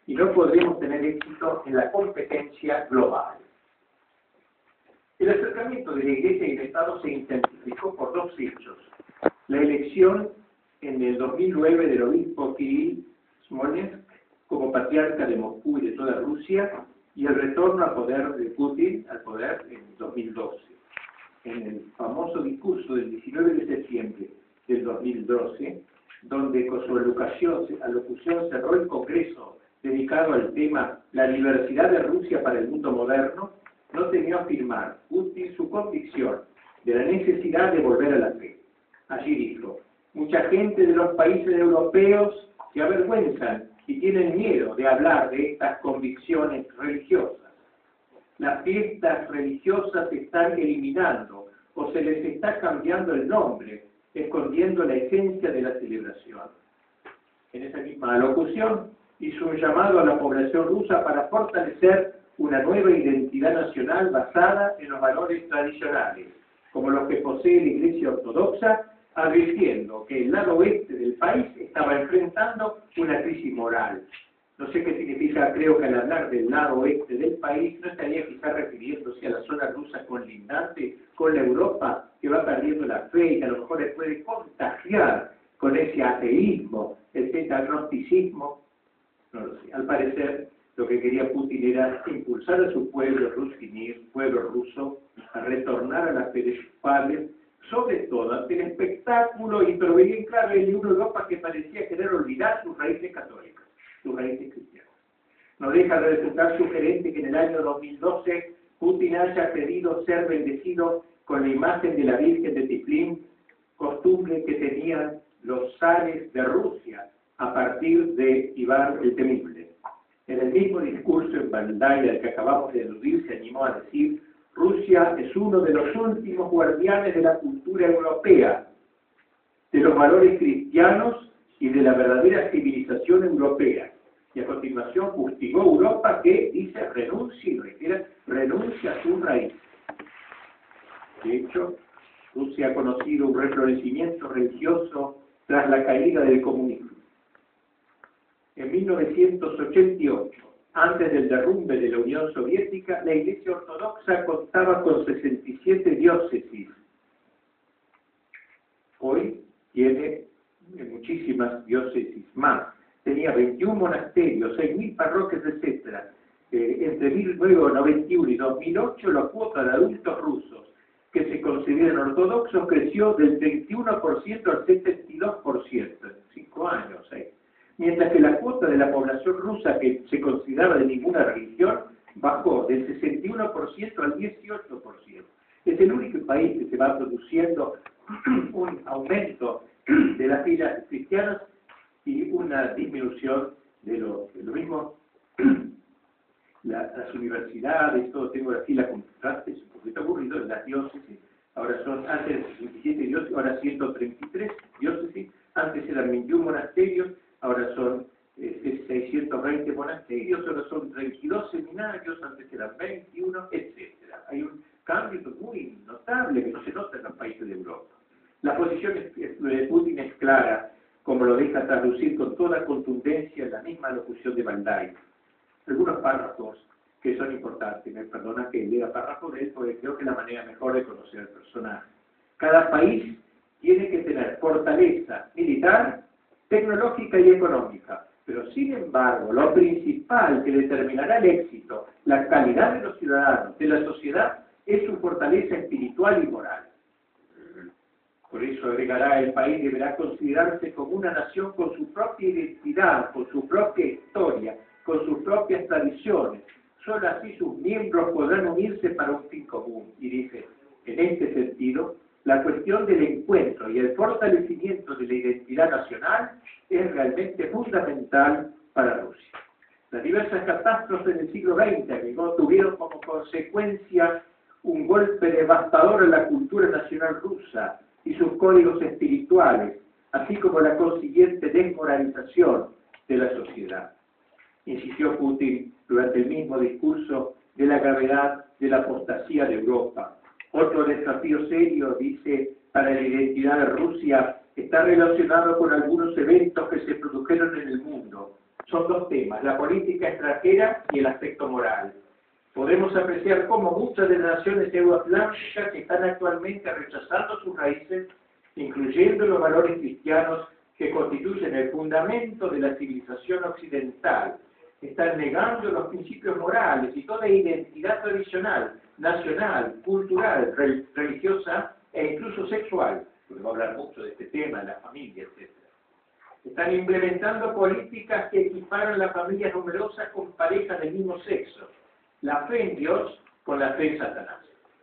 y no podremos tener éxito en la competencia global. El acercamiento de la Iglesia y el Estado se intensificó por dos hechos. La elección en el 2009 del obispo Kirill Smolensk como patriarca de Moscú y de toda Rusia, y el retorno al poder de Putin al poder en 2012. En el famoso discurso del 19 de septiembre del 2012, donde con su alocución cerró el Congreso dedicado al tema La diversidad de Rusia para el mundo moderno, no temió afirmar Putin su convicción de la necesidad de volver a la fe. Allí dijo: mucha gente de los países europeos se avergüenzan y tienen miedo de hablar de estas convicciones religiosas. Las fiestas religiosas se están eliminando o se les está cambiando el nombre, escondiendo la esencia de la celebración. En esa misma alocución hizo un llamado a la población rusa para fortalecer una nueva identidad nacional basada en los valores tradicionales, como los que posee la Iglesia Ortodoxa, advirtiendo que el lado oeste del país estaba enfrentando una crisis moral. No sé qué significa, creo que al hablar del lado oeste del país no estaría quizás refiriéndose a la zona rusa colindante con la Europa, que va perdiendo la fe y que a lo mejor le puede contagiar con ese ateísmo, ese agnosticismo. No lo sé. Al parecer, lo que quería Putin era impulsar a su pueblo ruso, a retornar a la fe de sus padres, sobre todo ante el espectáculo, y pero bien claro, en una Europa que parecía querer olvidar sus raíces católicas, sus raíces cristianas. No deja de resultar sugerente que en el año 2012 Putin haya pedido ser bendecido con la imagen de la Virgen de Tiflín, costumbre que tenían los zares de Rusia a partir de Iván el Temible. En el mismo discurso en Valdai al que acabamos de aludir, se animó a decir: Rusia es uno de los últimos guardianes de la cultura europea, de los valores cristianos y de la verdadera civilización europea. Y a continuación fustigó Europa que, dice, renuncia a sus raíces. De hecho, Rusia ha conocido un reflorecimiento religioso tras la caída del comunismo. En 1988, antes del derrumbe de la Unión Soviética, la Iglesia Ortodoxa contaba con 67 diócesis. Hoy tiene muchísimas diócesis más. Tenía 21 monasterios, 6.000 parroquias, etc. Entre 1991 y 2008, la cuota de adultos rusos que se consideran ortodoxos creció del 21% al 72% en 5 años. Mientras que la cuota de la población rusa que se consideraba de ninguna religión bajó del 61% al 18%. Es el único país que se va produciendo un aumento de las filas cristianas y una disminución de lo mismo. Las universidades, todo, tengo la fila contraste, es un poquito aburrido, las diócesis, ahora son, antes de 67 diócesis, ahora 133 diócesis, antes eran 21 monasterios, ahora son 620 monasterios, ahora son 32 seminarios, antes eran 21, etc. Hay un cambio muy notable que no se nota en los países de Europa. La posición de Putin es clara, como lo deja traducir con toda contundencia en la misma locución de Valdai. Algunos párrafos que son importantes, me perdona que lea párrafos de él, porque creo que es la manera mejor de conocer al personaje. Cada país tiene que tener fortaleza militar, tecnológica y económica, pero sin embargo, lo principal que determinará el éxito, la calidad de los ciudadanos, de la sociedad, es su fortaleza espiritual y moral. Por eso agregará, el país deberá considerarse como una nación con su propia identidad, con su propia historia, con sus propias tradiciones. Solo así sus miembros podrán unirse para un fin común. Y dice, en este sentido, la cuestión del encuentro y el fortalecimiento de la identidad nacional es realmente fundamental para Rusia. Las diversas catástrofes del siglo XX tuvieron como consecuencia un golpe devastador en la cultura nacional rusa y sus códigos espirituales, así como la consiguiente desmoralización de la sociedad. Insistió Putin durante el mismo discurso de la gravedad de la apostasía de Europa. Otro desafío serio, dice, para la identidad de Rusia está relacionado con algunos eventos que se produjeron en el mundo. son dos temas, la política extranjera y el aspecto moral. Podemos apreciar cómo muchas de las naciones euroatlánticas están actualmente rechazando sus raíces, incluyendo los valores cristianos que constituyen el fundamento de la civilización occidental. Están negando los principios morales y toda identidad tradicional, nacional, cultural, religiosa e incluso sexual. Podemos hablar mucho de este tema, de la familia, etc. Están implementando políticas que equiparan la familia numerosa con parejas del mismo sexo, la fe en Dios con la fe en Satanás.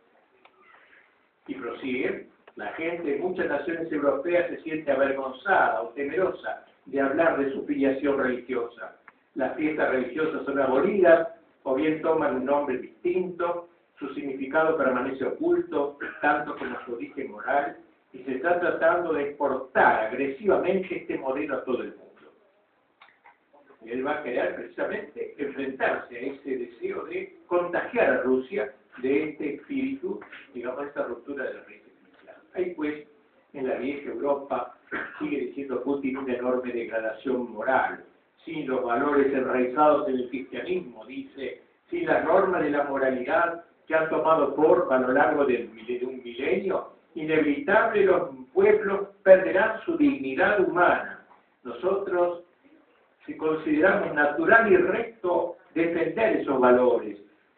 Y prosigue, la gente de muchas naciones europeas se siente avergonzada o temerosa de hablar de su filiación religiosa. Las fiestas religiosas son abolidas o bien toman un nombre distinto, su significado permanece oculto, tanto como su origen moral, y se está tratando de exportar agresivamente este modelo a todo el mundo. Y él va a querer precisamente enfrentarse a ese deseo de contagiar a Rusia de este espíritu, digamos, esta ruptura de la raíz cristiana. Ahí pues, en la vieja Europa, sigue diciendo Putin una enorme degradación moral, sin los valores enraizados en el cristianismo, dice, sin las normas de la moralidad que han tomado forma a lo largo de un milenio, inevitable los pueblos perderán su dignidad humana. Nosotros, si consideramos natural y recto defender esos valores,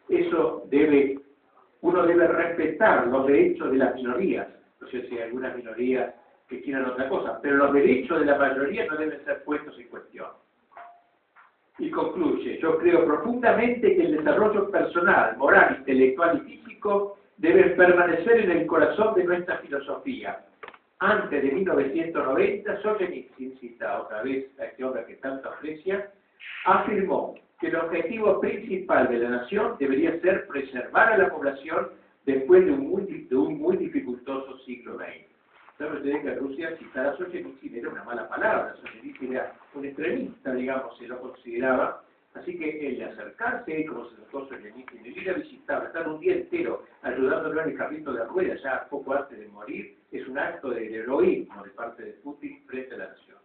uno debe respetar los derechos de las minorías. No sé si hay algunas minorías que quieran otra cosa, pero los derechos de la mayoría no deben ser puestos en cuestión. Y concluye, yo creo profundamente que el desarrollo personal, moral, intelectual y físico debe permanecer en el corazón de nuestra filosofía. Antes de 1990, Solzhenitsyn, cita otra vez a este hombre que tanto aprecia, afirmó que el objetivo principal de la nación debería ser preservar a la población después de un muy dificultoso siglo XX. ¿Sabe usted que Rusia, citar a Solzhenitsyn era una mala palabra? Solzhenitsyn era un extremista, digamos, se lo consideraba. Así que el acercarse, como se tocó Solzhenitsyn, el ir a visitarlo, estar un día entero ayudándolo en el carrito de rueda, ya poco antes de morir, es un acto de heroísmo de parte de Putin frente a la nación.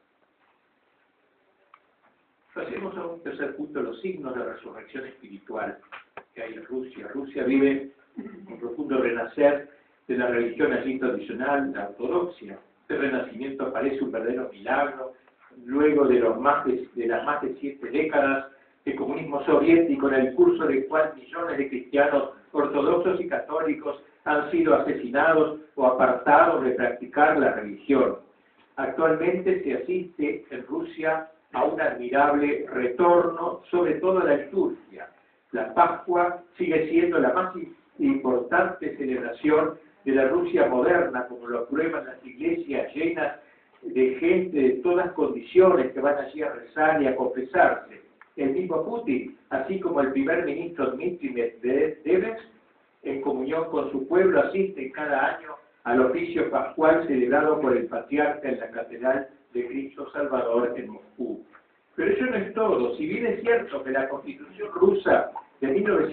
Pasemos a un tercer punto, los signos de resurrección espiritual que hay en Rusia. Rusia vive un profundo renacer de la religión allí tradicional, la ortodoxia. Este renacimiento parece un verdadero milagro, luego de las más de 7 décadas de comunismo soviético, en el curso del cual millones de cristianos ortodoxos y católicos han sido asesinados o apartados de practicar la religión. Actualmente se asiste en Rusia a un admirable retorno, sobre todo a la liturgia. La Pascua sigue siendo la más importante celebración de la Rusia moderna, como lo prueban las iglesias llenas de gente de todas condiciones que van allí a rezar y a confesarse. El mismo Putin, así como el primer ministro Dmitry Medvedev, en comunión con su pueblo, asisten cada año al oficio pascual celebrado por el patriarca en la Catedral de Cristo Salvador en Moscú. Pero eso no es todo. Si bien es cierto que la Constitución rusa de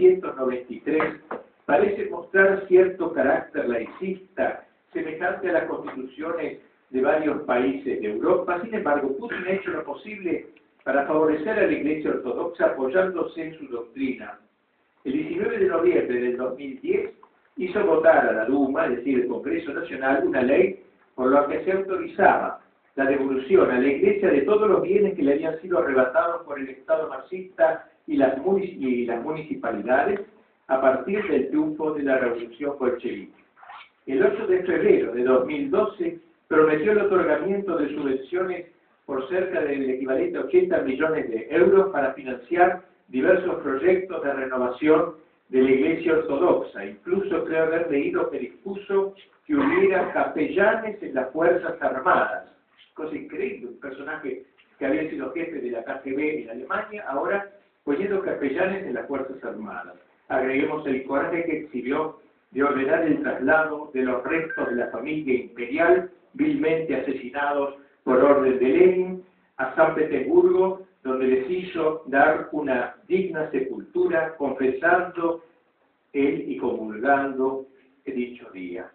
1993 parece mostrar cierto carácter laicista, semejante a las constituciones de varios países de Europa, sin embargo, Putin ha hecho lo posible para favorecer a la Iglesia Ortodoxa apoyándose en su doctrina. El 19 de noviembre del 2010 hizo votar a la Duma, es decir, el Congreso Nacional, una ley por la que se autorizaba la devolución a la Iglesia de todos los bienes que le habían sido arrebatados por el Estado marxista y las municipalidades a partir del triunfo de la Revolución Bolchevique. El 8 de febrero de 2012 prometió el otorgamiento de subvenciones por cerca del equivalente a 80 millones de euros para financiar diversos proyectos de renovación de la Iglesia Ortodoxa. Incluso creo haber leído que dispuso que hubiera capellanes en las Fuerzas Armadas. Cosa increíble, un personaje que había sido jefe de la KGB en Alemania, ahora poniendo capellanes en las Fuerzas Armadas. Agreguemos el coraje que exhibió de ordenar el traslado de los restos de la familia imperial vilmente asesinados por orden de Lenin a San Petersburgo, donde les hizo dar una digna sepultura, confesando él y comulgando dicho día.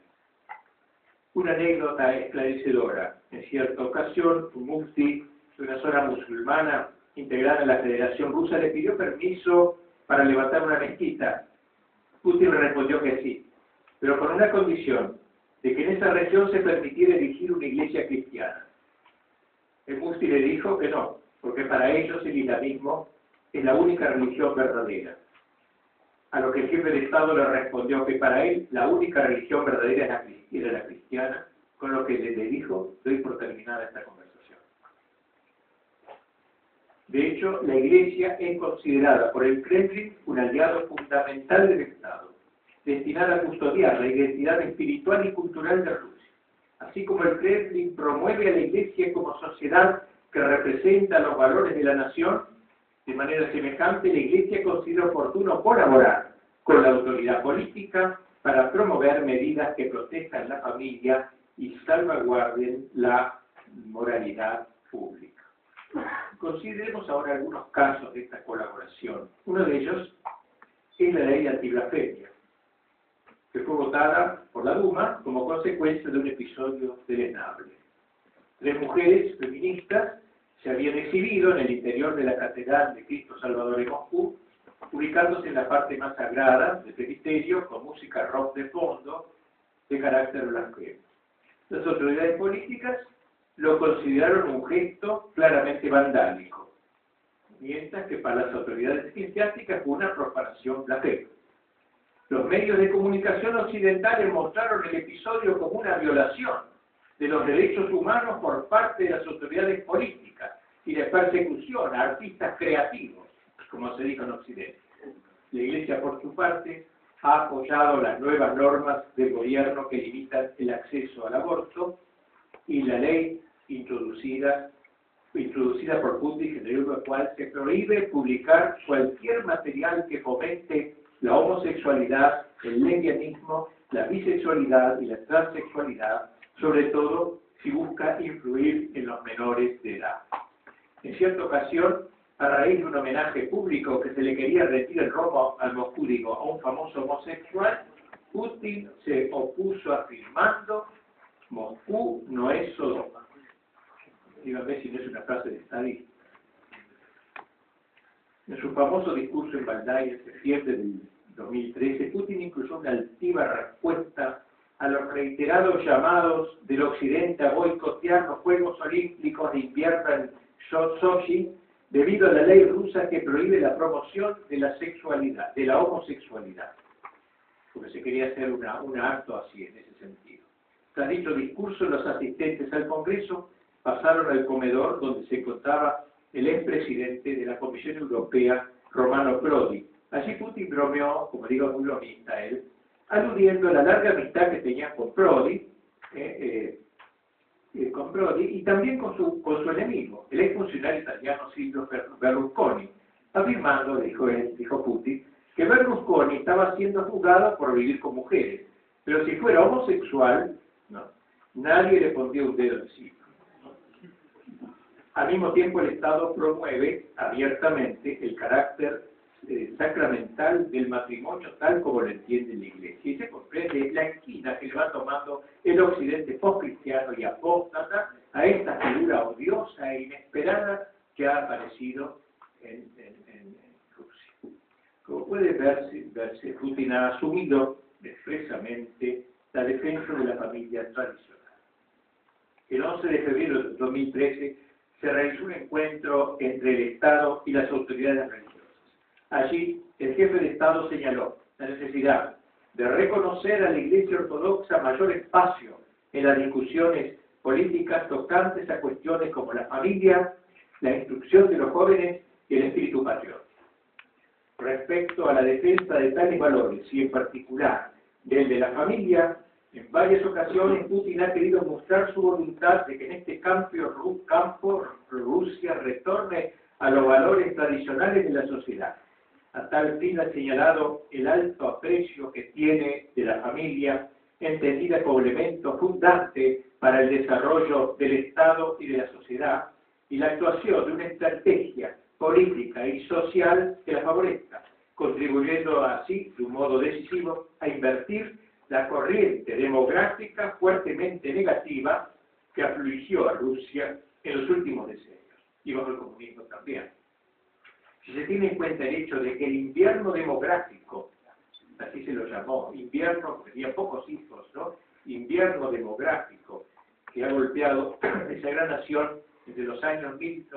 Una anécdota esclarecedora. En cierta ocasión, un mufti de una zona musulmana integrada en la Federación Rusa, le pidió permiso para levantar una mezquita. Putin le respondió que sí, pero con una condición, de que en esa región se permitiera erigir una iglesia cristiana. El mufti le dijo que no, porque para ellos el islamismo es la única religión verdadera. A lo que el jefe de Estado le respondió que para él la única religión verdadera era la cristiana, con lo que le dijo, doy por terminada esta conversación. De hecho, la Iglesia es considerada por el Kremlin un aliado fundamental del Estado, destinada a custodiar la identidad espiritual y cultural de Rusia. Así como el Kremlin promueve a la Iglesia como sociedad que representa los valores de la nación, de manera semejante la Iglesia considera oportuno colaborar con la autoridad política para promover medidas que protejan la familia y salvaguarden la moralidad pública. Consideremos ahora algunos casos de esta colaboración. Uno de ellos es la ley de antiblasfemia, que fue votada por la Duma como consecuencia de un episodio deleznable. 3 mujeres feministas se habían exhibido en el interior de la Catedral de Cristo Salvador en Moscú, ubicándose en la parte más sagrada del presbiterio con música rock de fondo de carácter blasfemo. Las autoridades políticas lo consideraron un gesto claramente vandálico, mientras que para las autoridades eclesiásticas fue una profanación blasfema. Los medios de comunicación occidentales mostraron el episodio como una violación de los derechos humanos por parte de las autoridades políticas y de persecución a artistas creativos, como se dijo en Occidente. La Iglesia, por su parte, ha apoyado las nuevas normas del gobierno que limitan el acceso al aborto y la ley introducida por Putin, en el cual se prohíbe publicar cualquier material que fomente la homosexualidad, el lesbianismo, la bisexualidad y la transexualidad, sobre todo si busca influir en los menores de edad. En cierta ocasión, a raíz de un homenaje público que se le quería rendir en Roma al moscúdigo a un famoso homosexual, Putin se opuso afirmando: Moscú no es Sodoma. Dígame si no es una frase de Stalin. En su famoso discurso en Valdai en septiembre del 2013, Putin incluyó una altiva respuesta a los reiterados llamados del Occidente a boicotear los Juegos Olímpicos de Invierno en Sochi debido a la ley rusa que prohíbe la promoción de la sexualidad, de la homosexualidad, porque se quería hacer un acto así en ese sentido. Tras dicho discurso, los asistentes al Congreso pasaron al comedor donde se encontraba el expresidente de la Comisión Europea, Romano Prodi. Allí Putin bromeó, como digo, muy bromista él, aludiendo a la larga amistad que tenía con Prodi, y también con su enemigo, el exfuncionario italiano Silvio Berlusconi, afirmando, dijo Putin, que Berlusconi estaba siendo juzgado por vivir con mujeres, pero si fuera homosexual, no, nadie le pondría un dedo encima. Al mismo tiempo, el Estado promueve abiertamente el carácter sacramental del matrimonio tal como lo entiende la Iglesia. Y se comprende la esquina que le va tomando el Occidente postcristiano y apóstata a esta figura odiosa e inesperada que ha aparecido en Rusia. Como puede verse, Putin ha asumido expresamente la defensa de la familia tradicional. El 11 de febrero de 2013 se realizó un encuentro entre el Estado y las autoridades religiosas. Allí, el jefe de Estado señaló la necesidad de reconocer a la Iglesia Ortodoxa mayor espacio en las discusiones políticas tocantes a cuestiones como la familia, la instrucción de los jóvenes y el espíritu patriótico. Respecto a la defensa de tales valores, y en particular del de la familia, en varias ocasiones Putin ha querido mostrar su voluntad de que en este campo Rusia retorne a los valores tradicionales de la sociedad. A tal fin ha señalado el alto aprecio que tiene de la familia, entendida como elemento fundante para el desarrollo del Estado y de la sociedad, y la actuación de una estrategia política y social que la favorezca, contribuyendo así, de un modo decisivo, a invertir la corriente demográfica fuertemente negativa que afligió a Rusia en los últimos decenios, y bajo el comunismo también. Si se tiene en cuenta el hecho de que el invierno demográfico, así se lo llamó, invierno, porque tenía pocos hijos, ¿no? Invierno demográfico, que ha golpeado esa gran nación entre los años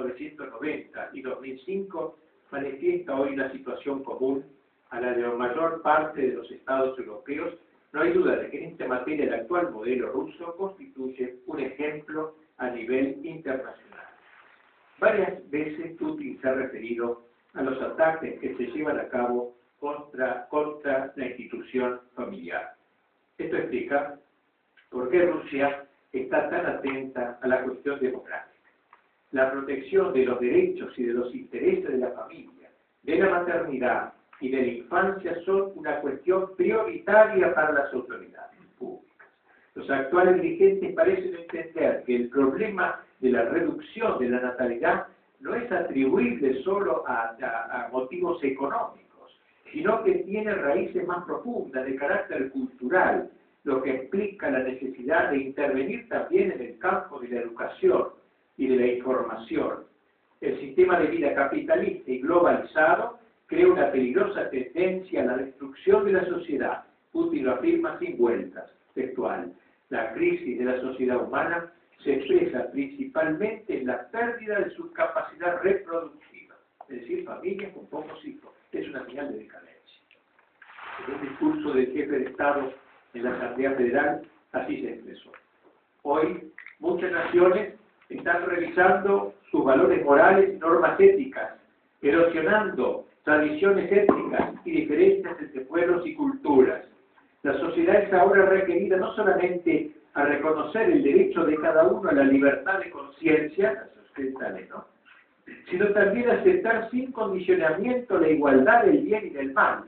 1990 y 2005, manifiesta hoy una situación común a la de la mayor parte de los estados europeos. No hay duda de que en esta materia el actual modelo ruso constituye un ejemplo a nivel internacional. Varias veces Putin se ha referido a los ataques que se llevan a cabo contra la institución familiar. Esto explica por qué Rusia está tan atenta a la cuestión demográfica. La protección de los derechos y de los intereses de la familia, de la maternidad y de la infancia son una cuestión prioritaria para las autoridades públicas. Los actuales dirigentes parecen entender que el problema de la reducción de la natalidad no es atribuible solo a motivos económicos, sino que tiene raíces más profundas de carácter cultural, lo que explica la necesidad de intervenir también en el campo de la educación y de la información. El sistema de vida capitalista y globalizado crea una peligrosa tendencia a la destrucción de la sociedad. Putin lo afirma sin vueltas, textual. La crisis de la sociedad humana se expresa principalmente en la pérdida de su capacidad reproductiva, es decir, familias con pocos hijos. Es una señal de decadencia. En un discurso del jefe de Estado en la Asamblea Federal, así se expresó. Hoy, muchas naciones están revisando sus valores morales y normas éticas, erosionando tradiciones étnicas y diferencias entre pueblos y culturas. La sociedad es ahora requerida no solamente a reconocer el derecho de cada uno a la libertad de conciencia, ¿no?, sino también a aceptar sin condicionamiento la igualdad del bien y del mal.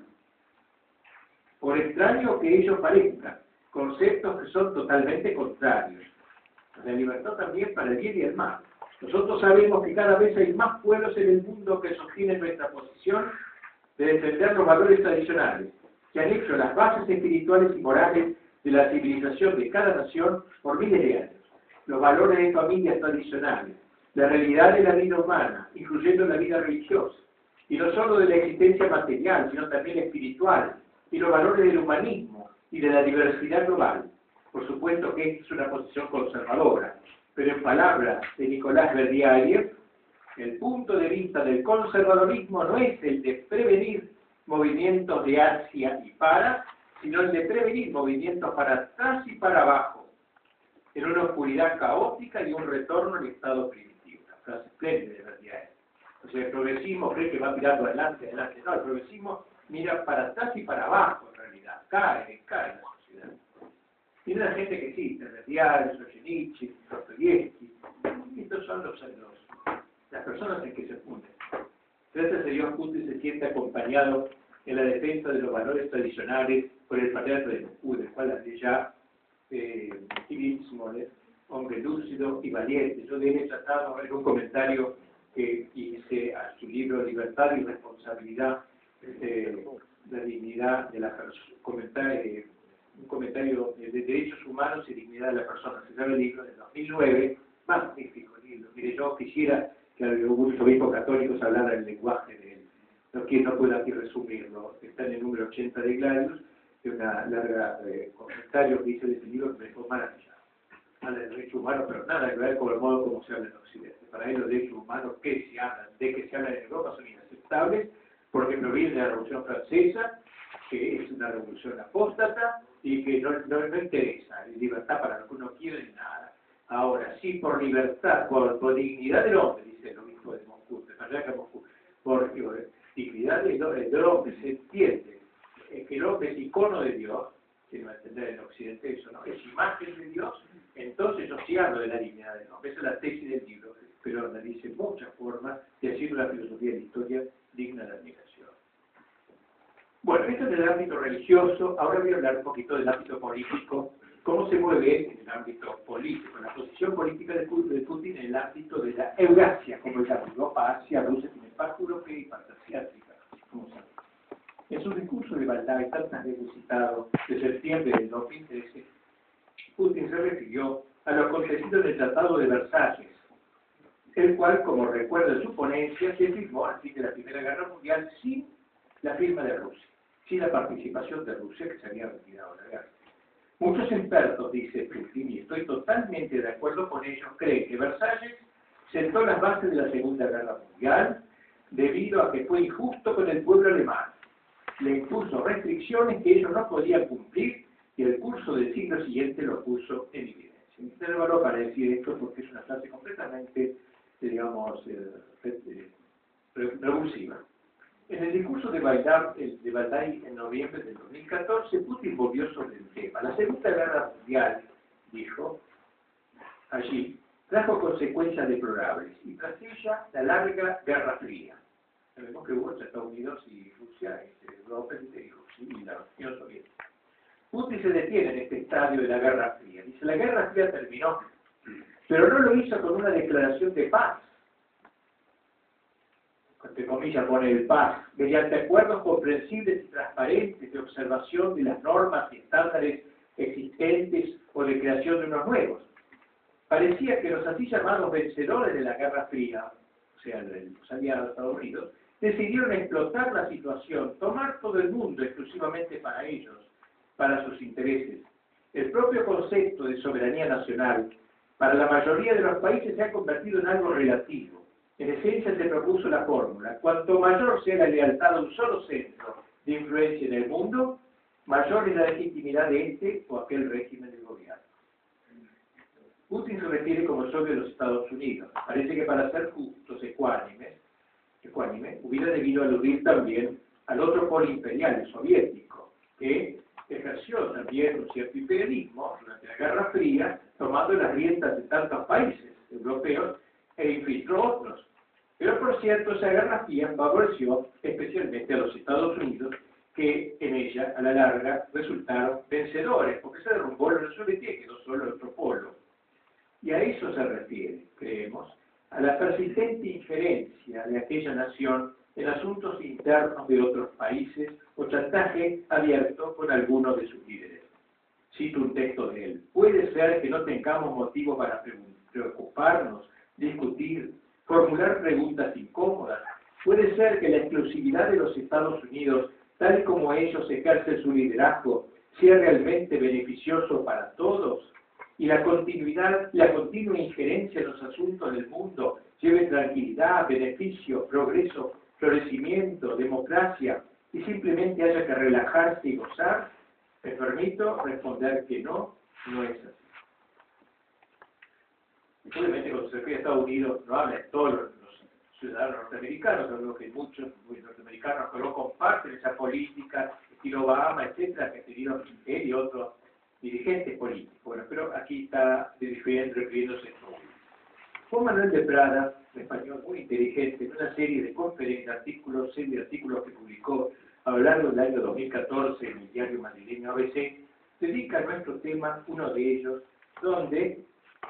Por extraño que ello parezca, conceptos que son totalmente contrarios. La libertad también para el bien y el mal. Nosotros sabemos que cada vez hay más pueblos en el mundo que sostienen nuestra posición de defender los valores tradicionales, que han hecho las bases espirituales y morales de la civilización de cada nación por miles de años. Los valores de familias tradicionales, la realidad de la vida humana, incluyendo la vida religiosa, y no solo de la existencia material, sino también espiritual, y los valores del humanismo y de la diversidad global. Por supuesto que esta es una posición conservadora, pero en palabras de Nicolás Berdyaev, el punto de vista del conservadorismo no es el de prevenir movimientos de hacia y para, sino el de prevenir movimientos para atrás y para abajo, en una oscuridad caótica y un retorno al estado primitivo. Una frase espléndida de Berdyaev. O sea, el progresismo cree que va mirando adelante. No, el progresismo mira para atrás y para abajo, en realidad. Cae la sociedad. Tiene la gente que existe, Berdyaev, Solzhenitsyn, Dostoyevsky. Estos son las personas en que se funden. Gracias a Dios, Putin se siente acompañado en la defensa de los valores tradicionales por el patriarca de Moscú, del cual hablé ya, Kirill Smolev, hombre lúcido y valiente. Yo de él he tratado en un comentario que hice a su libro Libertad y Responsabilidad, la dignidad de la persona, un comentario de derechos humanos y dignidad de la persona. Se llama el libro de 2009, magnífico libro. Mire, yo quisiera que algunos obispos católicos hablaran el lenguaje de él. No puedo aquí resumirlo. Está en el número 80 de Gladius, de una larga comentario que hice de ese libro que me dejó maravillado. Habla de derechos humanos, pero nada que ver con el modo como se habla en Occidente. para él los derechos humanos que se hablan, de que se hablan en Europa son inaceptables, porque proviene de la Revolución Francesa, que es una revolución apóstata y que no interesa libertad para lo que uno quiere ni nada. Ahora, sí, por libertad, por dignidad del hombre, dice el obispo de Moscú, de Patriarca Moscú, por dignidad del hombre, se entiende que el hombre es icono de Dios, que no va a entender en Occidente eso, ¿no? Es imagen de Dios, entonces yo sí hablo de la dignidad del hombre. Esa es la tesis del libro, pero analice muchas formas de hacer una filosofía de la historia digna de admiración. Bueno, esto es el ámbito religioso. Ahora voy a hablar un poquito del ámbito político, cómo se mueve en el ámbito político, la posición política de Putin en el ámbito de la Eurasia, como es la Europa, Asia, Rusia, tiene parte europea y parte asiática, como saben. En su discurso de Valdai, tantas veces citado, de septiembre del 2013, Putin se refirió a lo acontecido en el Tratado de Versalles. el cual, como recuerda en su ponencia, se firmó al fin de la Primera Guerra Mundial sin la firma de Rusia, sin la participación de Rusia, que se había retirado de la guerra. Muchos expertos, dice Putin, y estoy totalmente de acuerdo con ellos, creen que Versalles sentó las bases de la Segunda Guerra Mundial debido a que fue injusto con el pueblo alemán. Le impuso restricciones que ellos no podían cumplir y el curso del siglo siguiente lo puso en evidencia. Me valor para decir esto porque es una frase completamente, digamos, revulsiva. En el discurso de Valdai en noviembre del 2014, Putin volvió sobre el tema. La Segunda Guerra Mundial, dijo, allí, trajo consecuencias deplorables y tras ella la larga Guerra Fría. Sabemos que hubo entre Estados Unidos y Rusia, Europa y la Unión Soviética. Putin se detiene en este estadio de la Guerra Fría. Dice, la Guerra Fría terminó, pero no lo hizo con una declaración de paz. Entre comillas pone el paz, mediante acuerdos comprensibles y transparentes de observación de las normas y estándares existentes o de creación de unos nuevos. Parecía que los así llamados vencedores de la Guerra Fría, o sea, los aliados de Estados Unidos, decidieron explotar la situación, tomar todo el mundo exclusivamente para ellos, para sus intereses. El propio concepto de soberanía nacional, para la mayoría de los países, se ha convertido en algo relativo. En esencia se propuso la fórmula: cuanto mayor sea la lealtad a un solo centro de influencia en el mundo, mayor es la legitimidad de este o aquel régimen de gobierno. Putin se refiere como socio de los Estados Unidos. Parece que para ser justos, ecuánime, hubiera debido aludir también al otro polo imperial, el soviético, que ejerció también un cierto imperialismo durante la Guerra Fría, tomando las riendas de tantos países europeos e infiltró otros. Pero por cierto, esa Guerra Fría favoreció especialmente a los Estados Unidos, que en ella, a la larga, resultaron vencedores, porque se derrumbó la Unión Soviética y quedó solo otro polo. Y a eso se refiere, creemos, a la persistente injerencia de aquella nación en asuntos internos de otros países o chantaje abierto con alguno de sus líderes. Cito un texto de él. Puede ser que no tengamos motivo para preocuparnos, discutir, formular preguntas incómodas. Puede ser que la exclusividad de los Estados Unidos, tal como ellos ejercen su liderazgo, sea realmente beneficioso para todos y la continua injerencia en los asuntos del mundo lleve tranquilidad, beneficio, progreso, florecimiento, democracia y simplemente haya que relajarse y gozar. Me permito responder que no, no es así. Obviamente cuando se refiere a Estados Unidos no habla de todos los ciudadanos norteamericanos, hablo que muchos norteamericanos que no comparten esa política, estilo Obama, etcétera, que ha tenido él y otros dirigentes políticos. Bueno, pero aquí está refiriéndose a esto. Juan Manuel de Prada, un español muy inteligente, en una serie de conferencias, serie de artículos que publicó a lo largo del año 2014 en el diario madrileño ABC, dedica a nuestro tema uno de ellos, donde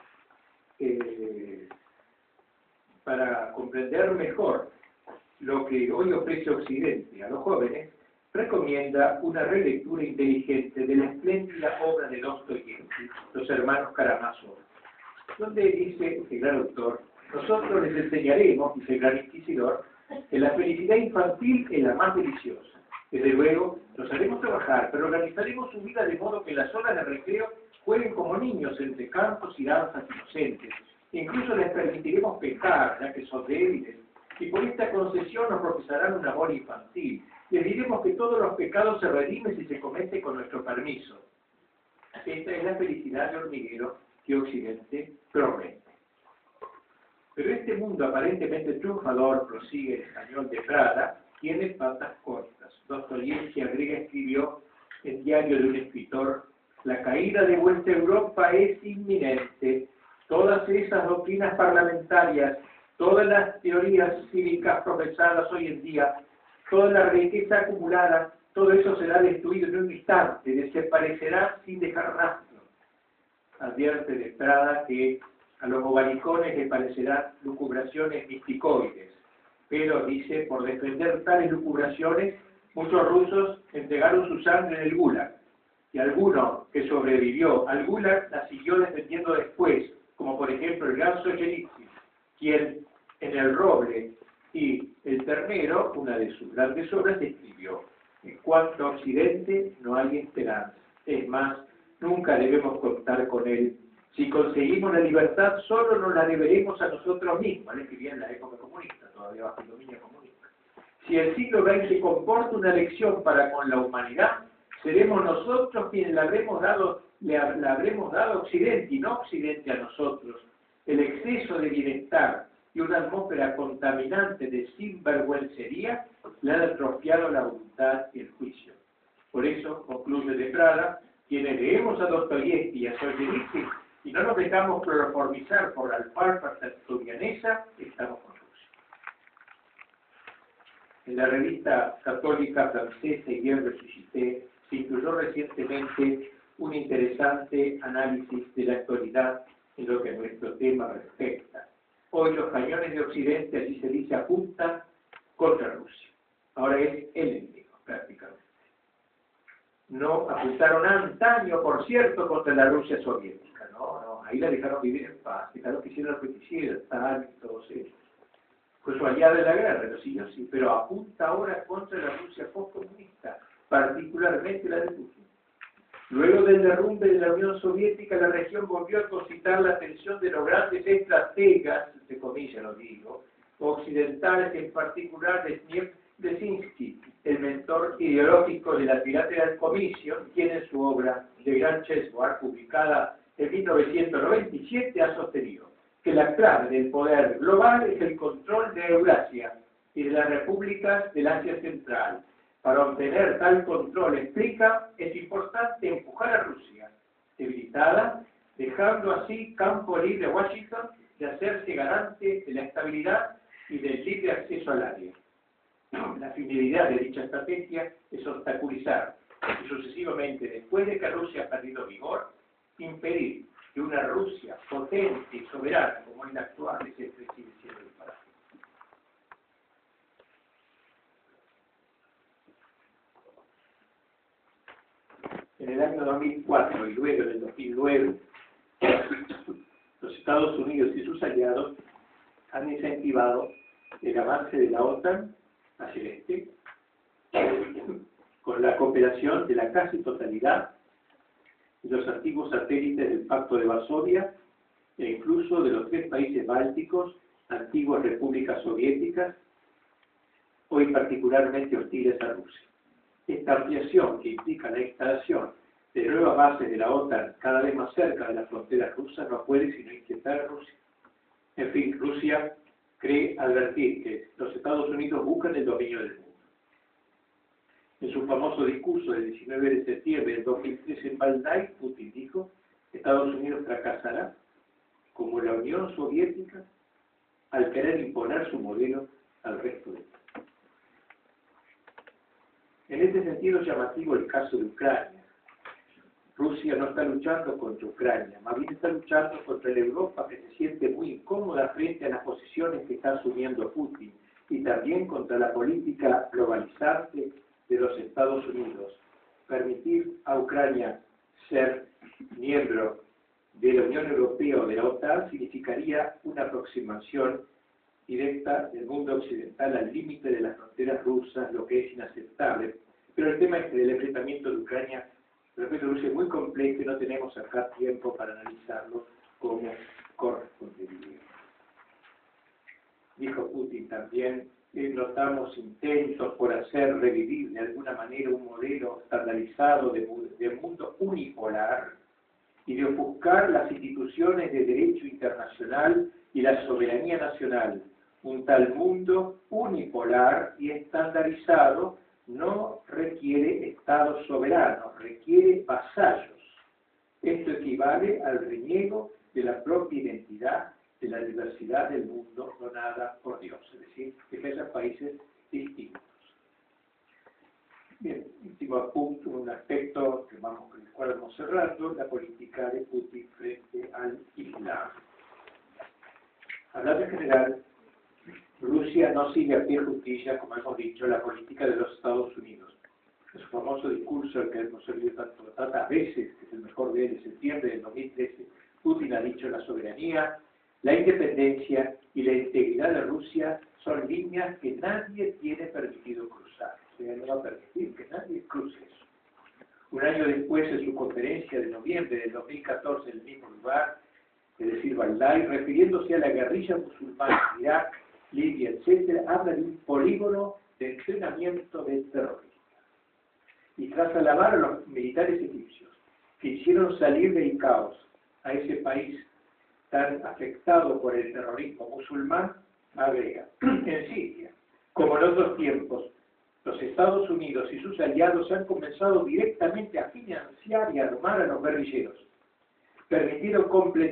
para comprender mejor lo que hoy ofrece Occidente a los jóvenes, recomienda una relectura inteligente de la espléndida obra de Dostoyevsky, Los hermanos Karamazov, donde dice el gran autor: nosotros les enseñaremos, dice el gran inquisidor, que la felicidad infantil es la más deliciosa. Desde luego, los haremos trabajar, pero organizaremos su vida de modo que en las horas de recreo jueguen como niños entre cantos y danzas inocentes. Incluso les permitiremos pecar, ya que son débiles, y por esta concesión nos profesarán un amor infantil. Les diremos que todos los pecados se redimen si se comete con nuestro permiso. Esta es la felicidad de hormiguero que Occidente promete. Pero este mundo aparentemente triunfador, prosigue el español de Prada, tiene patas cortas. Dostoyevsky agrega, escribió en Diario de un escritor: la caída de vuestra Europa es inminente. Todas esas doctrinas parlamentarias, todas las teorías cívicas profesadas hoy en día, toda la riqueza acumulada, todo eso será destruido en un instante, desaparecerá sin dejar rastro. Advierte de Prada que a los bobalicones les parecerán lucubraciones misticoides, pero dice, por defender tales lucubraciones, muchos rusos entregaron su sangre en el Gulag, y alguno que sobrevivió al Gulag la siguió defendiendo después, como por ejemplo el gran Solzhenitsyn, quien en El roble y el ternero, una de sus grandes obras, escribió: en cuanto a Occidente no hay esperanza. Es más, nunca debemos contar con él. Si conseguimos la libertad, solo nos la deberemos a nosotros mismos. Él escribía en la época comunista, todavía bajo el dominio comunista. Si el siglo XX comporta una lección para con la humanidad, seremos nosotros quienes le habremos dado a Occidente, y no Occidente a nosotros. El exceso de bienestar y una atmósfera contaminante de sinvergüencería le han atrofiado la voluntad y el juicio. Por eso, concluye de Prada, quienes leemos a Dostoyevsky y a Solzhenitsyn y no nos dejamos cloroformizar por la alfalfa asturianesa, estamos con Rusia. En la revista católica francesa Guerre Ressuscité se incluyó recientemente un interesante análisis de la actualidad en lo que a nuestro tema respecta. Hoy los cañones de Occidente, allí se dice, apuntan contra Rusia. Ahora es el enemigo, prácticamente. No apuntaron antaño, por cierto, contra la Rusia soviética. No, ahí la dejaron vivir en paz, dejaron que hiciera lo que quisiera, Stalin y todos ellos. Fue su aliada en la guerra, lo siguió sí, pero apunta ahora contra la Rusia postcomunista, particularmente la de Putin. Luego del derrumbe de la Unión Soviética, la región volvió a concitar la atención de los grandes estrategas, entre comillas lo digo, occidentales, en particular de Zbigniew Brzezinski, el mentor ideológico de la Bilateral Commission, quien en su obra The Grand Chessboard, publicada en 1997, ha sostenido que la clave del poder global es el control de Eurasia y de las repúblicas del Asia Central. Para obtener tal control, explica, es importante empujar a Rusia, debilitada, dejando así campo libre a Washington de hacerse garante de la estabilidad y del libre acceso al área. La finalidad de dicha estrategia es obstaculizar y sucesivamente, después de que Rusia ha perdido vigor, impedir que una Rusia potente y soberana como es la actual se siga siendo disparada. En el año 2004 y luego en el 2009, los Estados Unidos y sus aliados han incentivado el avance de la OTAN hacia el este, con la cooperación de la casi totalidad de los antiguos satélites del Pacto de Varsovia e incluso de los 3 países bálticos, antiguas repúblicas soviéticas, hoy particularmente hostiles a Rusia. Esta ampliación, que implica la instalación de nuevas bases de la OTAN cada vez más cerca de las fronteras rusas, no puede sino inquietar a Rusia. En fin, Rusia cree advertir que los Estados Unidos buscan el dominio del mundo. En su famoso discurso del 19 de septiembre del 2013 en Valdai, Putin dijo: Estados Unidos fracasará como la Unión Soviética al querer imponer su modelo al resto del mundo. En este sentido es llamativo el caso de Ucrania. Rusia no está luchando contra Ucrania, más bien está luchando contra la Europa, que se siente muy incómoda frente a las posiciones que está asumiendo Putin, y también contra la política globalizante de los Estados Unidos. Permitir a Ucrania ser miembro de la Unión Europea o de la OTAN significaría una aproximación directa del mundo occidental al límite de las fronteras rusas, lo que es inaceptable. Pero el tema es que el enfrentamiento de Ucrania respecto a Rusia es muy complejo y no tenemos acá tiempo para analizarlo como correspondería. Dijo Putin también: notamos intentos por hacer revivir de alguna manera un modelo estandarizado de mundo unipolar y de ofuscar las instituciones de derecho internacional y la soberanía nacional. Un tal mundo unipolar y estandarizado no requiere estados soberanos, requiere vasallos. Esto equivale al reniego de la propia identidad de la diversidad del mundo donada por Dios, es decir, que haya países distintos. Bien, último punto, un aspecto que con el cual vamos cerrando, la política de Putin frente al Islam. Hablando en general, Rusia no sigue a pie justicia, como hemos dicho, la política de los Estados Unidos. En su famoso discurso, el que hemos oído tantas veces, que es el mejor de él, de septiembre del 2013, Putin ha dicho: la soberanía, la independencia y la integridad de Rusia son líneas que nadie tiene permitido cruzar. O sea, no va a permitir que nadie cruce eso. Un año después, en su conferencia de noviembre del 2014 en el mismo lugar, es decir, Valdai, refiriéndose a la guerrilla musulmana en Irak, Libia, etc., habla de un polígono de entrenamiento de terroristas. Y tras alabar a los militares egipcios que hicieron salir del caos a ese país tan afectado por el terrorismo musulmán, agrega, en Siria, como en otros tiempos, los Estados Unidos y sus aliados han comenzado directamente a financiar y armar a los guerrilleros, permitiendo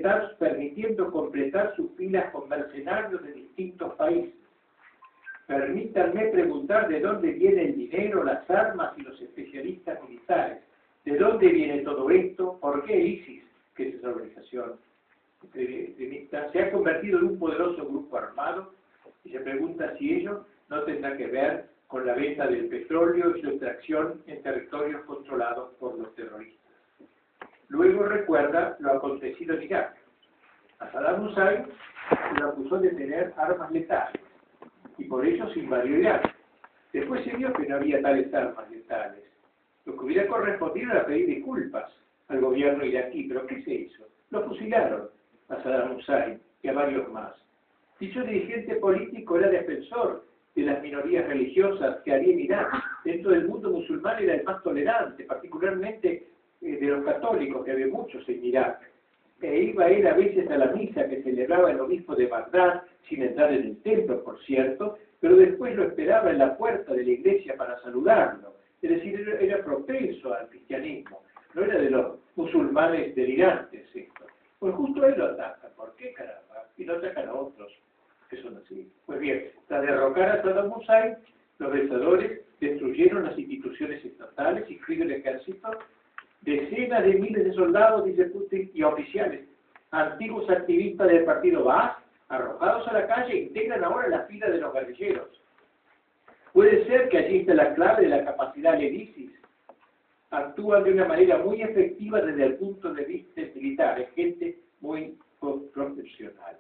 completar sus filas con mercenarios de distintos países. Permítanme preguntar de dónde viene el dinero, las armas y los especialistas militares. ¿De dónde viene todo esto? ¿Por qué ISIS, que es esa organización extremista, se ha convertido en un poderoso grupo armado? Y se pregunta si ello no tendrá que ver con la venta del petróleo y su extracción en territorios controlados por los terroristas. Luego recuerda lo acontecido en Irak. A Saddam Hussein se lo acusó de tener armas letales y por ello se invadió Irak. Después se vio que no había tales armas letales. Lo que hubiera correspondido era pedir disculpas al gobierno iraquí, pero ¿qué se hizo? Lo fusilaron a Saddam Hussein y a varios más. Dicho dirigente político era defensor de las minorías religiosas que había en Irak. Dentro del mundo musulmán era el más tolerante, particularmente de los católicos, que había muchos en Irak. E iba él a veces a la misa que celebraba el obispo de Bagdad, sin entrar en el templo, por cierto, pero después lo esperaba en la puerta de la iglesia para saludarlo. Es decir, era propenso al cristianismo, no era de los musulmanes delirantes esto. Pues justo él lo ataca. ¿Por qué, caramba? Y no atacan a otros que son así. Pues bien, tras derrocar a Saddam Hussein, los vencedores destruyeron las instituciones estatales, incluido el ejército, decenas de miles de soldados, dice Putin, y oficiales, antiguos activistas del partido Baas, arrojados a la calle, integran ahora la fila de los guerrilleros. Puede ser que allí está la clave de la capacidad del ISIS. Actúan de una manera muy efectiva desde el punto de vista militar, es gente muy profesional.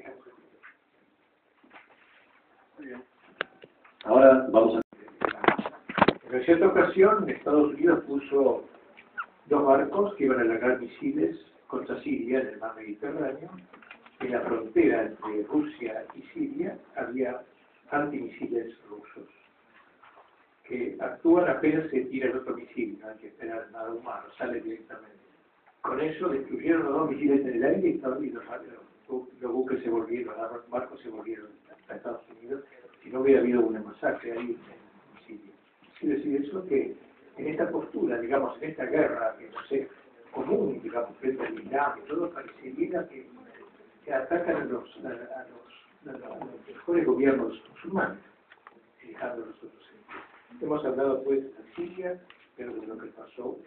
Ahora vamos a... En cierta ocasión, Estados Unidos puso 2 barcos que iban a largar misiles contra Siria en el mar Mediterráneo. En la frontera entre Rusia y Siria había antimisiles rusos que actúan apenas se tira el otro misil, no hay que esperar nada humano, sale directamente. Con eso destruyeron los 2 misiles en el aire y los buques se volvieron, los barcos se volvieron a Estados Unidos, si no hubiera habido una masacre ahí en Siria. Quiere decir eso que en esta postura, digamos, en esta guerra, que no sé, común, digamos, frente al Islam y todo, parecería que atacan a los mejores gobiernos musulmanes, dejando a los otros. Hemos hablado pues de Siria, pero de lo que pasó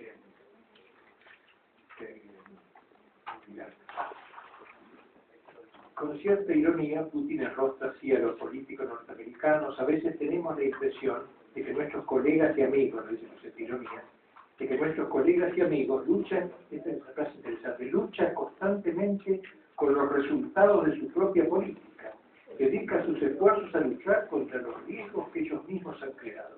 en Irak. Con cierta ironía, Putin enrostra así a los políticos norteamericanos. A veces tenemos la impresión de que nuestros colegas y amigos, no decimos esta ironía, de que nuestros colegas y amigos luchan, esta es una frase interesante, luchan constantemente con los resultados de su propia política, dedican sus esfuerzos a luchar contra los riesgos que ellos mismos han creado.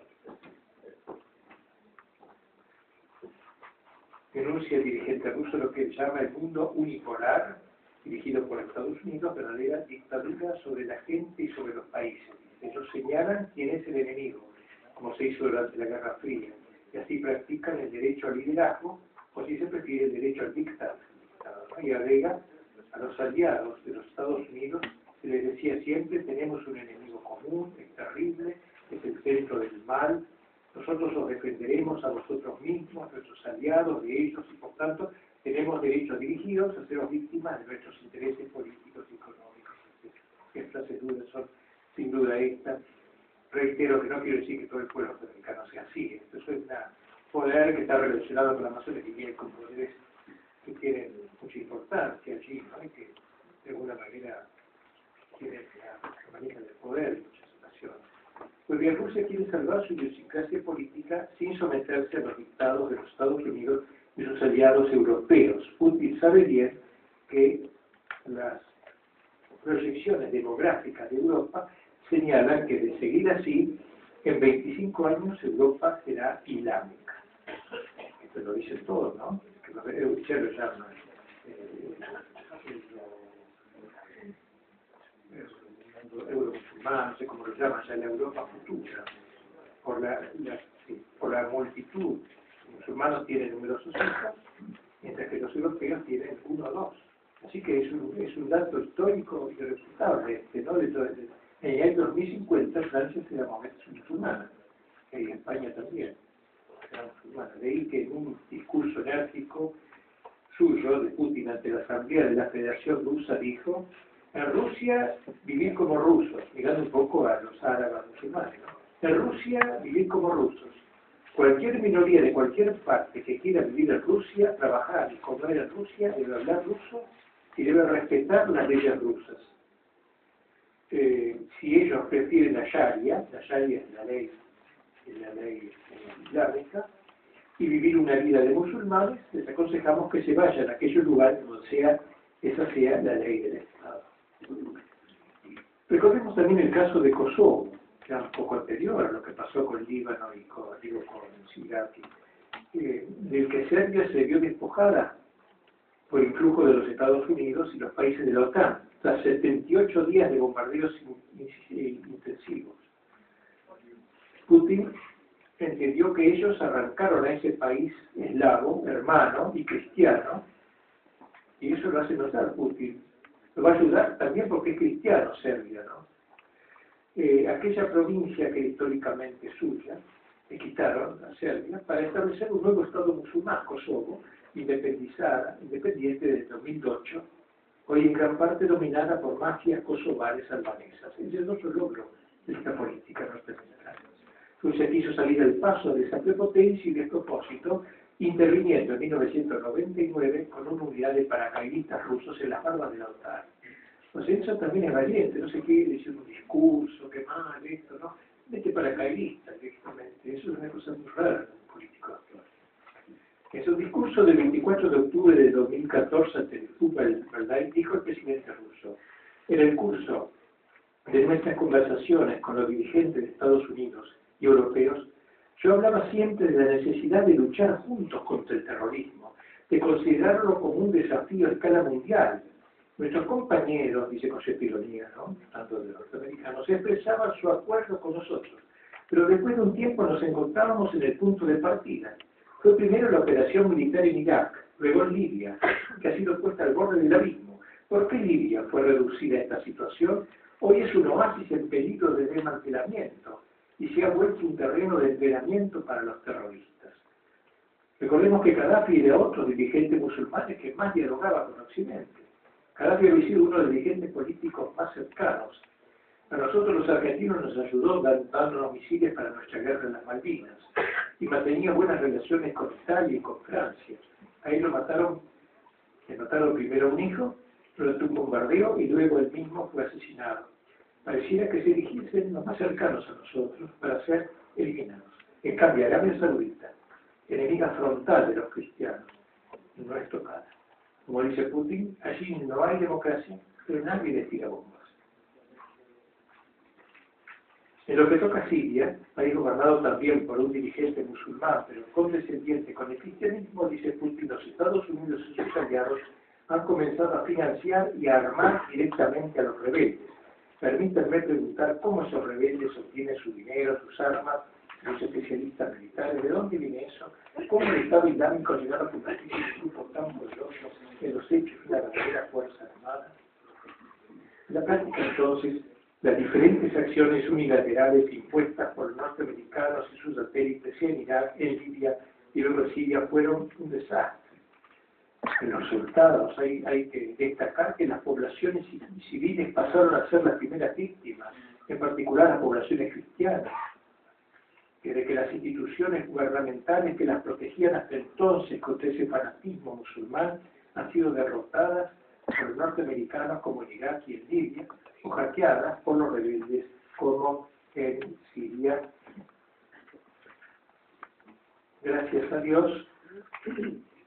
Denuncia el dirigente ruso lo que él llama el mundo unipolar, dirigido por Estados Unidos, verdadera dictadura sobre la gente y sobre los países. Ellos señalan quién es el enemigo, como se hizo durante la Guerra Fría, y así practican el derecho al liderazgo, o si se prefiere el derecho al dictado. Y agrega, a los aliados de los Estados Unidos se les decía siempre, tenemos un enemigo común, es terrible, es el centro del mal, nosotros os defenderemos a vosotros mismos, nuestros aliados, de ellos, y por tanto tenemos derechos dirigidos a seros víctimas de nuestros intereses políticos y económicos. Estas dudas son sin duda estas. Reitero que no quiero decir que todo el pueblo norteamericano sea así. Esto es un poder que está relacionado con la masonería y con poderes que tienen mucha importancia allí, ¿no? Y que de alguna manera tienen la manija del poder en muchas ocasiones. Pues bien, Rusia quiere salvar su idiosincrasia política sin someterse a los dictados de los Estados Unidos y sus aliados europeos. Putin sabe bien que las proyecciones demográficas de Europa señalan que de seguir así, en 25 años Europa será islámica. Esto lo dicen todos, ¿no? Que usted lo llama euromusulmán, no sé cómo lo llaman, ya la Europa futura, por la multitud. Los musulmanes tienen numerosos hijos, mientras que los europeos tienen uno o dos. Así que es un dato histórico irrefutable, ¿no? En el año 2050 Francia será musulmana, y España también será musulmana. De ahí que en un discurso enérgico suyo de Putin ante la Asamblea de la Federación Rusa dijo: en Rusia vivir como rusos, mirando un poco a los árabes musulmanes, ¿no? En Rusia vivir como rusos. Cualquier minoría de cualquier parte que quiera vivir en Rusia, trabajar y comer en Rusia, debe hablar ruso y debe respetar las leyes rusas. Si ellos prefieren la Sharia es la ley islámica, y vivir una vida de musulmanes, les aconsejamos que se vayan a aquellos lugares donde esa sea la ley del Estado. Recordemos también el caso de Kosovo, que era un poco anterior a lo que pasó con Líbano y con Irak, del que Serbia se vio despojada por influjo de los Estados Unidos y los países de la OTAN, tras 78 días de bombardeos intensivos. Putin entendió que ellos arrancaron a ese país eslavo, hermano y cristiano, y eso lo hace notar Putin. Lo va a ayudar también porque es cristiano Serbia, ¿no? Aquella provincia que históricamente es suya, le quitaron a Serbia para establecer un nuevo Estado musulmán, Kosovo, independiente desde 2008, hoy en gran parte dominada por mafias kosovares albanesas. Ese es otro logro de esta política norteamericana. Rusia quiso salir al paso de esa prepotencia y despropósito, interviniendo en 1999 con una unidad de paracaidistas rusos en las barbas de la OTAN. Pues eso también es valiente, no se quiere decir un discurso, que mal, esto, ¿no? Mete paracaidistas directamente, eso es una cosa muy rara en un político actual. En su discurso del 24 de octubre de 2014 ante el Fútbol, dijo el presidente ruso: en el curso de nuestras conversaciones con los dirigentes de Estados Unidos y europeos, yo hablaba siempre de la necesidad de luchar juntos contra el terrorismo, de considerarlo como un desafío a escala mundial. Nuestros compañeros, dice con cierta ironía, ¿no?, tanto de los norteamericanos, expresaban su acuerdo con nosotros, pero después de un tiempo nos encontrábamos en el punto de partida. Fue primero la operación militar en Irak, luego en Libia, que ha sido puesta al borde del abismo. ¿Por qué Libia fue reducida a esta situación? Hoy es un oasis en peligro de desmantelamiento y se ha vuelto un terreno de entrenamiento para los terroristas. Recordemos que Gaddafi era otro dirigente musulmán que más dialogaba con Occidente. Gaddafi había sido uno de los dirigentes políticos más cercanos. A nosotros los argentinos nos ayudó dándonos misiles para nuestra guerra en las Malvinas y mantenía buenas relaciones con Italia y con Francia. Ahí le mataron primero a un hijo, durante un bombardeo, y luego él mismo fue asesinado. Pareciera que se dirigiesen los más cercanos a nosotros para ser eliminados. En cambio, Arabia Saudita, enemiga frontal de los cristianos, no es tocada. Como dice Putin, allí no hay democracia, pero nadie les tira bombas. En lo que toca a Siria, país gobernado también por un dirigente musulmán, pero condescendiente con el cristianismo, dice Putin, los Estados Unidos y sus aliados han comenzado a financiar y a armar directamente a los rebeldes. Permítanme preguntar cómo esos rebeldes obtienen su dinero, sus armas, los especialistas militares, ¿de dónde viene eso? ¿Cómo el Estado Islámico ha llegado a convertirse en un grupo tan poderoso en los hechos de una verdadera fuerza armada? En la práctica, entonces, las diferentes acciones unilaterales impuestas por los norteamericanos y sus satélites en Irak, en Libia y luego en Siria fueron un desastre. En los resultados hay que destacar que las poblaciones civiles pasaron a ser las primeras víctimas, en particular las poblaciones cristianas, de que las instituciones gubernamentales que las protegían hasta entonces contra ese fanatismo musulmán han sido derrotadas por los norteamericanos como en Irak y en Libia, o hackeadas por los rebeldes como en Siria. Gracias a Dios,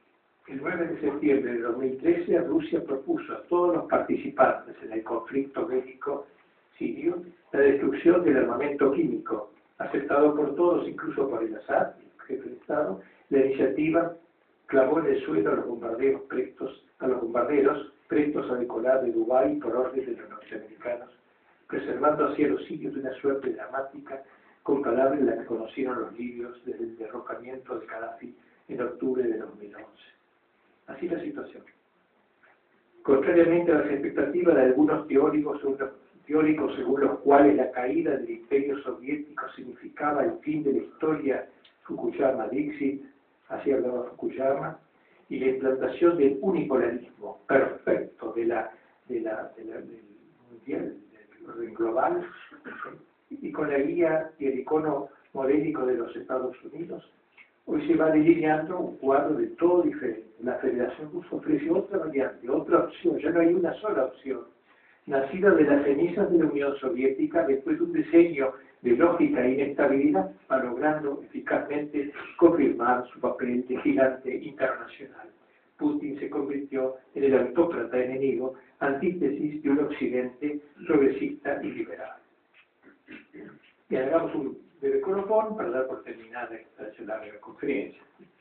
El 9 de septiembre de 2013, Rusia propuso a todos los participantes en el conflicto bélico sirio la destrucción del armamento químico, aceptado por todos, incluso por el Assad, el jefe de Estado. La iniciativa clavó en el suelo a los bombarderos prestos a decolar de Dubái por orden de los norteamericanos, preservando así a los sirios de una suerte dramática comparable a la que conocieron los libios desde el derrocamiento de Gaddafi en octubre de 2011. Así la situación. Contrariamente a las expectativas de algunos teóricos según los cuales la caída del imperio soviético significaba el fin de la historia Fukuyama-Dixit, así hablaba Fukuyama, y la implantación del unipolarismo perfecto del mundial, del orden global, y con la guía y el icono modélico de los Estados Unidos, hoy se va delineando un cuadro de todo diferente. La Federación Rusa ofrece otra variante, otra opción, ya no hay una sola opción, nacida de las cenizas de la Unión Soviética después de un diseño de lógica e inestabilidad, va logrando eficazmente confirmar su papel de gigante internacional. Putin se convirtió en el autócrata enemigo, antítesis de un occidente progresista y liberal. Y hagamos un breve colofón para dar por terminada esta larga conferencia.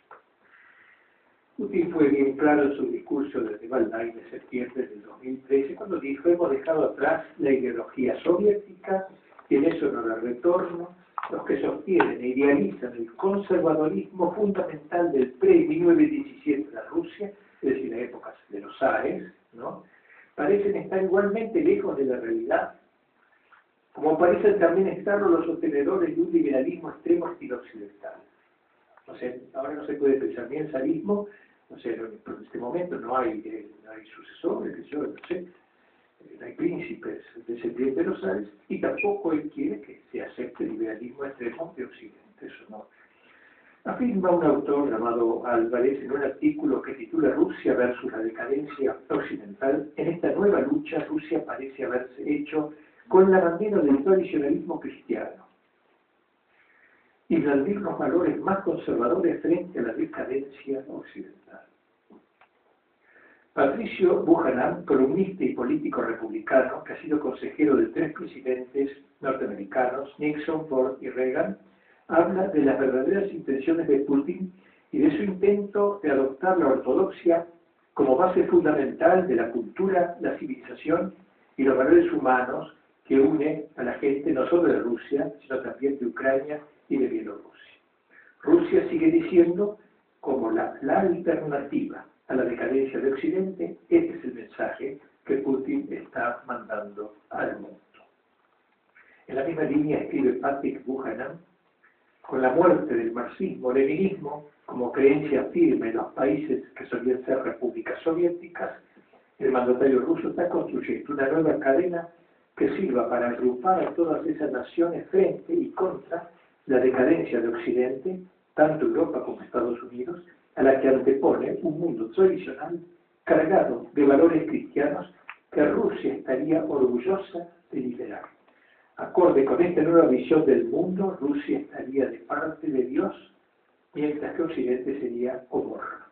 Putin fue bien claro en su discurso desde Valdai de septiembre del 2013, cuando dijo: hemos dejado atrás la ideología soviética y en eso no la retorno. Los que sostienen e idealizan el conservadorismo fundamental del pre-1917 de la Rusia, es decir, la época de los zares, ¿no?, parecen estar igualmente lejos de la realidad, como parecen también estarlo los sostenedores de un liberalismo extremo estilo occidental. O sea, ahora no se puede pensar ni en zarismo, o sea, en este momento no hay sucesores, yo no sé, no hay príncipes descendientes de los zares, y tampoco él quiere que se acepte el liberalismo extremo de Occidente, eso no. Afirma un autor llamado Álvarez en un artículo que titula Rusia versus la decadencia occidental: en esta nueva lucha Rusia parece haberse hecho con la bandera del tradicionalismo cristiano y blandir los valores más conservadores frente a la decadencia occidental. Patricio Buchanan, columnista y político republicano, que ha sido consejero de 3 presidentes norteamericanos, Nixon, Ford y Reagan, habla de las verdaderas intenciones de Putin y de su intento de adoptar la ortodoxia como base fundamental de la cultura, la civilización y los valores humanos que une a la gente no solo de Rusia, sino también de Ucrania y de Bielorrusia. Rusia sigue diciendo como la alternativa a la decadencia de Occidente. Este es el mensaje que Putin está mandando al mundo. En la misma línea escribe Patrick Buchanan: con la muerte del marxismo-leninismo como creencia firme en los países que solían ser repúblicas soviéticas, el mandatario ruso está construyendo una nueva cadena que sirva para agrupar a todas esas naciones frente y contra la decadencia de Occidente, tanto Europa como Estados Unidos, a la que antepone un mundo tradicional cargado de valores cristianos que Rusia estaría orgullosa de liberar. Acorde con esta nueva visión del mundo, Rusia estaría de parte de Dios, mientras que Occidente sería Gomorra.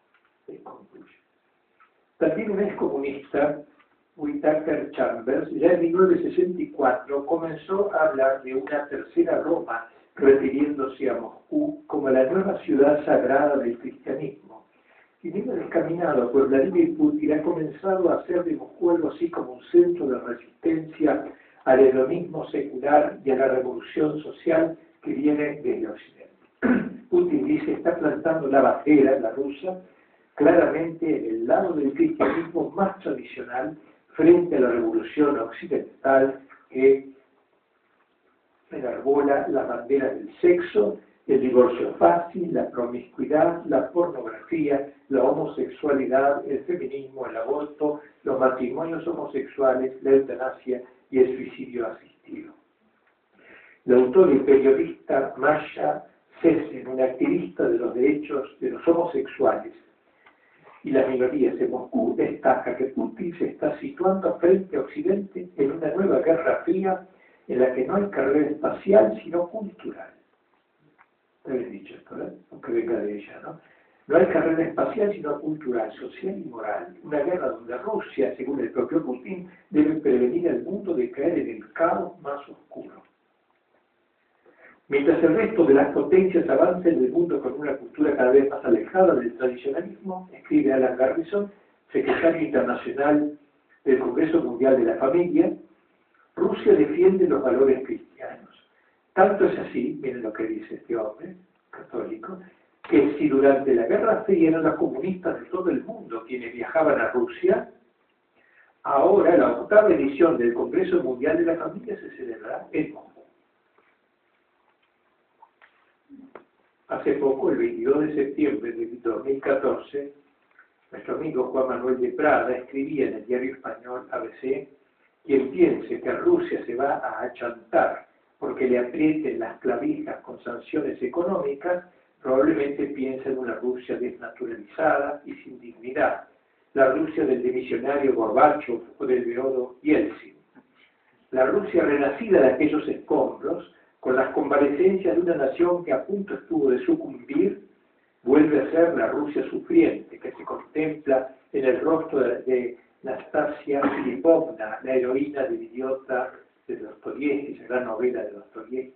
También un excomunista, Whittaker Chambers, ya en 1964 comenzó a hablar de una tercera Roma, refiriéndose a Moscú como la nueva ciudad sagrada del cristianismo. Y bien descaminado por Vladimir Putin, ha comenzado a hacer de Moscú algo así como un centro de resistencia al hedonismo secular y a la revolución social que viene desde Occidente. Putin dice: está plantando la bandera, la rusa, claramente en el lado del cristianismo más tradicional frente a la revolución occidental que enarbola la bandera del sexo, el divorcio fácil, la promiscuidad, la pornografía, la homosexualidad, el feminismo, el aborto, los matrimonios homosexuales, la eutanasia y el suicidio asistido. La autora y periodista Masha Sesen, una activista de los derechos de los homosexuales y las minorías en Moscú, destaca que Putin se está situando frente a Occidente en una nueva guerra fría en la que no hay carrera espacial, sino cultural. Te habéis dicho esto, ¿eh? Aunque venga de ella, ¿no? No hay carrera espacial, sino cultural, social y moral. Una guerra donde Rusia, según el propio Putin, debe prevenir al mundo de caer en el caos más oscuro. Mientras el resto de las potencias avancen en el mundo con una cultura cada vez más alejada del tradicionalismo, escribe Alan Garrison, secretario internacional del Congreso Mundial de la Familia, Rusia defiende los valores cristianos. Tanto es así, miren lo que dice este hombre católico, que si durante la Guerra Fría eran los comunistas de todo el mundo quienes viajaban a Rusia, ahora la 8ª edición del Congreso Mundial de la Familia se celebrará en Moscú. Hace poco, el 22 de septiembre de 2014, nuestro amigo Juan Manuel de Prada escribía en el diario español ABC: quien piense que Rusia se va a achantar porque le aprieten las clavijas con sanciones económicas, probablemente piensa en una Rusia desnaturalizada y sin dignidad, la Rusia del dimisionario Gorbachev o del beodo Yeltsin, la Rusia renacida de aquellos escombros, con las convalecencias de una nación que a punto estuvo de sucumbir, vuelve a ser la Rusia sufriente, que se contempla en el rostro de Nastasia Filipovna, la heroína del Idiota de Dostoyevsky, la gran novela de Dostoyevsky.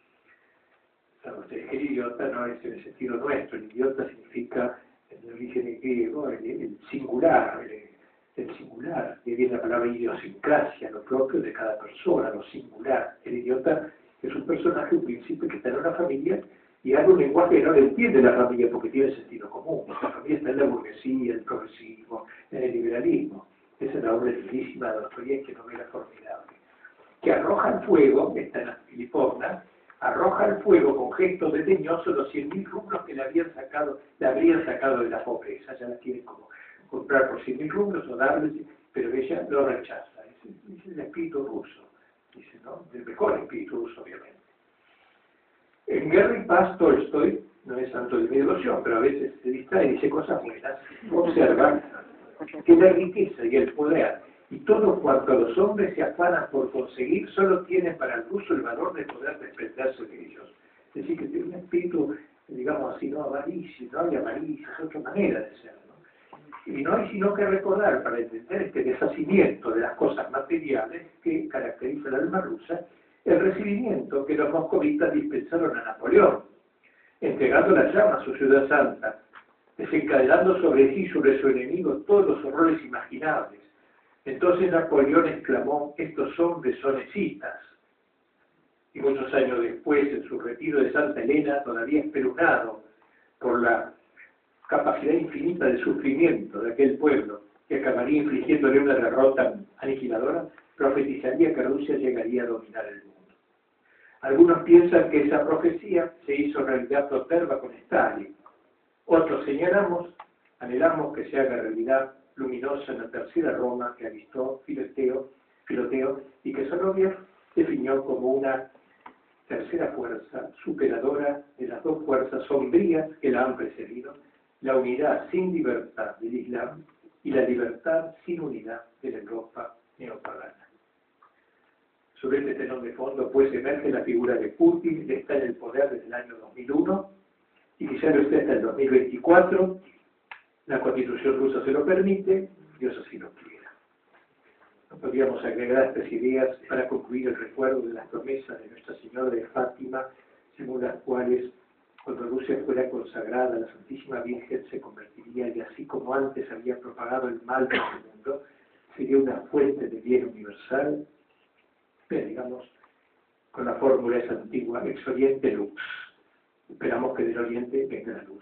El idiota no es en el sentido nuestro, el idiota significa, en el origen griego, el singular, el singular, que viene la palabra idiosincrasia, lo propio de cada persona, lo singular. El idiota es un personaje, un príncipe que está en una familia y habla un lenguaje que no le entiende la familia porque tiene sentido común. La familia está en la burguesía, el progresismo, en el liberalismo. Esa es la obra lindísima de Dostoyevsky, novela formidable. Que arroja al fuego, está en la Filipovna, arroja al fuego con gestos desdeñosos los 100.000 rublos que le habrían sacado de la pobreza. Ya la quieren como comprar por 100.000 rublos o darles, pero ella lo rechaza. Es el espíritu ruso, dice, ¿no? El mejor espíritu ruso, obviamente. En Guerra y Paz, Tolstoy, no es santo de mi devoción, pero a veces se distrae y dice cosas buenas, observa que la riqueza y el poder y todo cuanto a los hombres se afanan por conseguir, solo tienen para el ruso el valor de poder desprenderse de ellos. Es decir, que tiene un espíritu, digamos así, no avaricia, no hay avaricia, es otra manera de ser, ¿no? Y no hay sino que recordar, para entender este deshacimiento de las cosas materiales que caracteriza el alma rusa, el recibimiento que los moscovitas dispensaron a Napoleón, entregando la llama a su ciudad santa, desencadenando sobre sí y sobre su enemigo todos los horrores imaginables. Entonces Napoleón exclamó: estos hombres son escitas. Y muchos años después, en su retiro de Santa Elena, todavía espeluznado por la capacidad infinita de sufrimiento de aquel pueblo, que acabaría infligiéndole una derrota aniquiladora, profetizaría que Rusia llegaría a dominar el mundo. Algunos piensan que esa profecía se hizo realidad proterva con Stalin. Otros anhelamos que se haga realidad luminosa en la tercera Roma que avistó Filoteo y que Soloviev definió como una tercera fuerza superadora de las dos fuerzas sombrías que la han precedido, la unidad sin libertad del Islam y la libertad sin unidad de la Europa neopagana. Sobre este telón de fondo, pues, emerge la figura de Putin, que está en el poder desde el año 2001 y que ya lo está hasta el 2024. La Constitución rusa se lo permite, Dios así lo quiera. No podríamos agregar a estas ideas para concluir el recuerdo de las promesas de Nuestra Señora de Fátima, según las cuales, cuando Rusia fuera consagrada, la Santísima Virgen se convertiría, y así como antes había propagado el mal del mundo, sería una fuente de bien universal, pero digamos, con la fórmula esa antigua, ex oriente lux. Esperamos que del oriente venga la luz.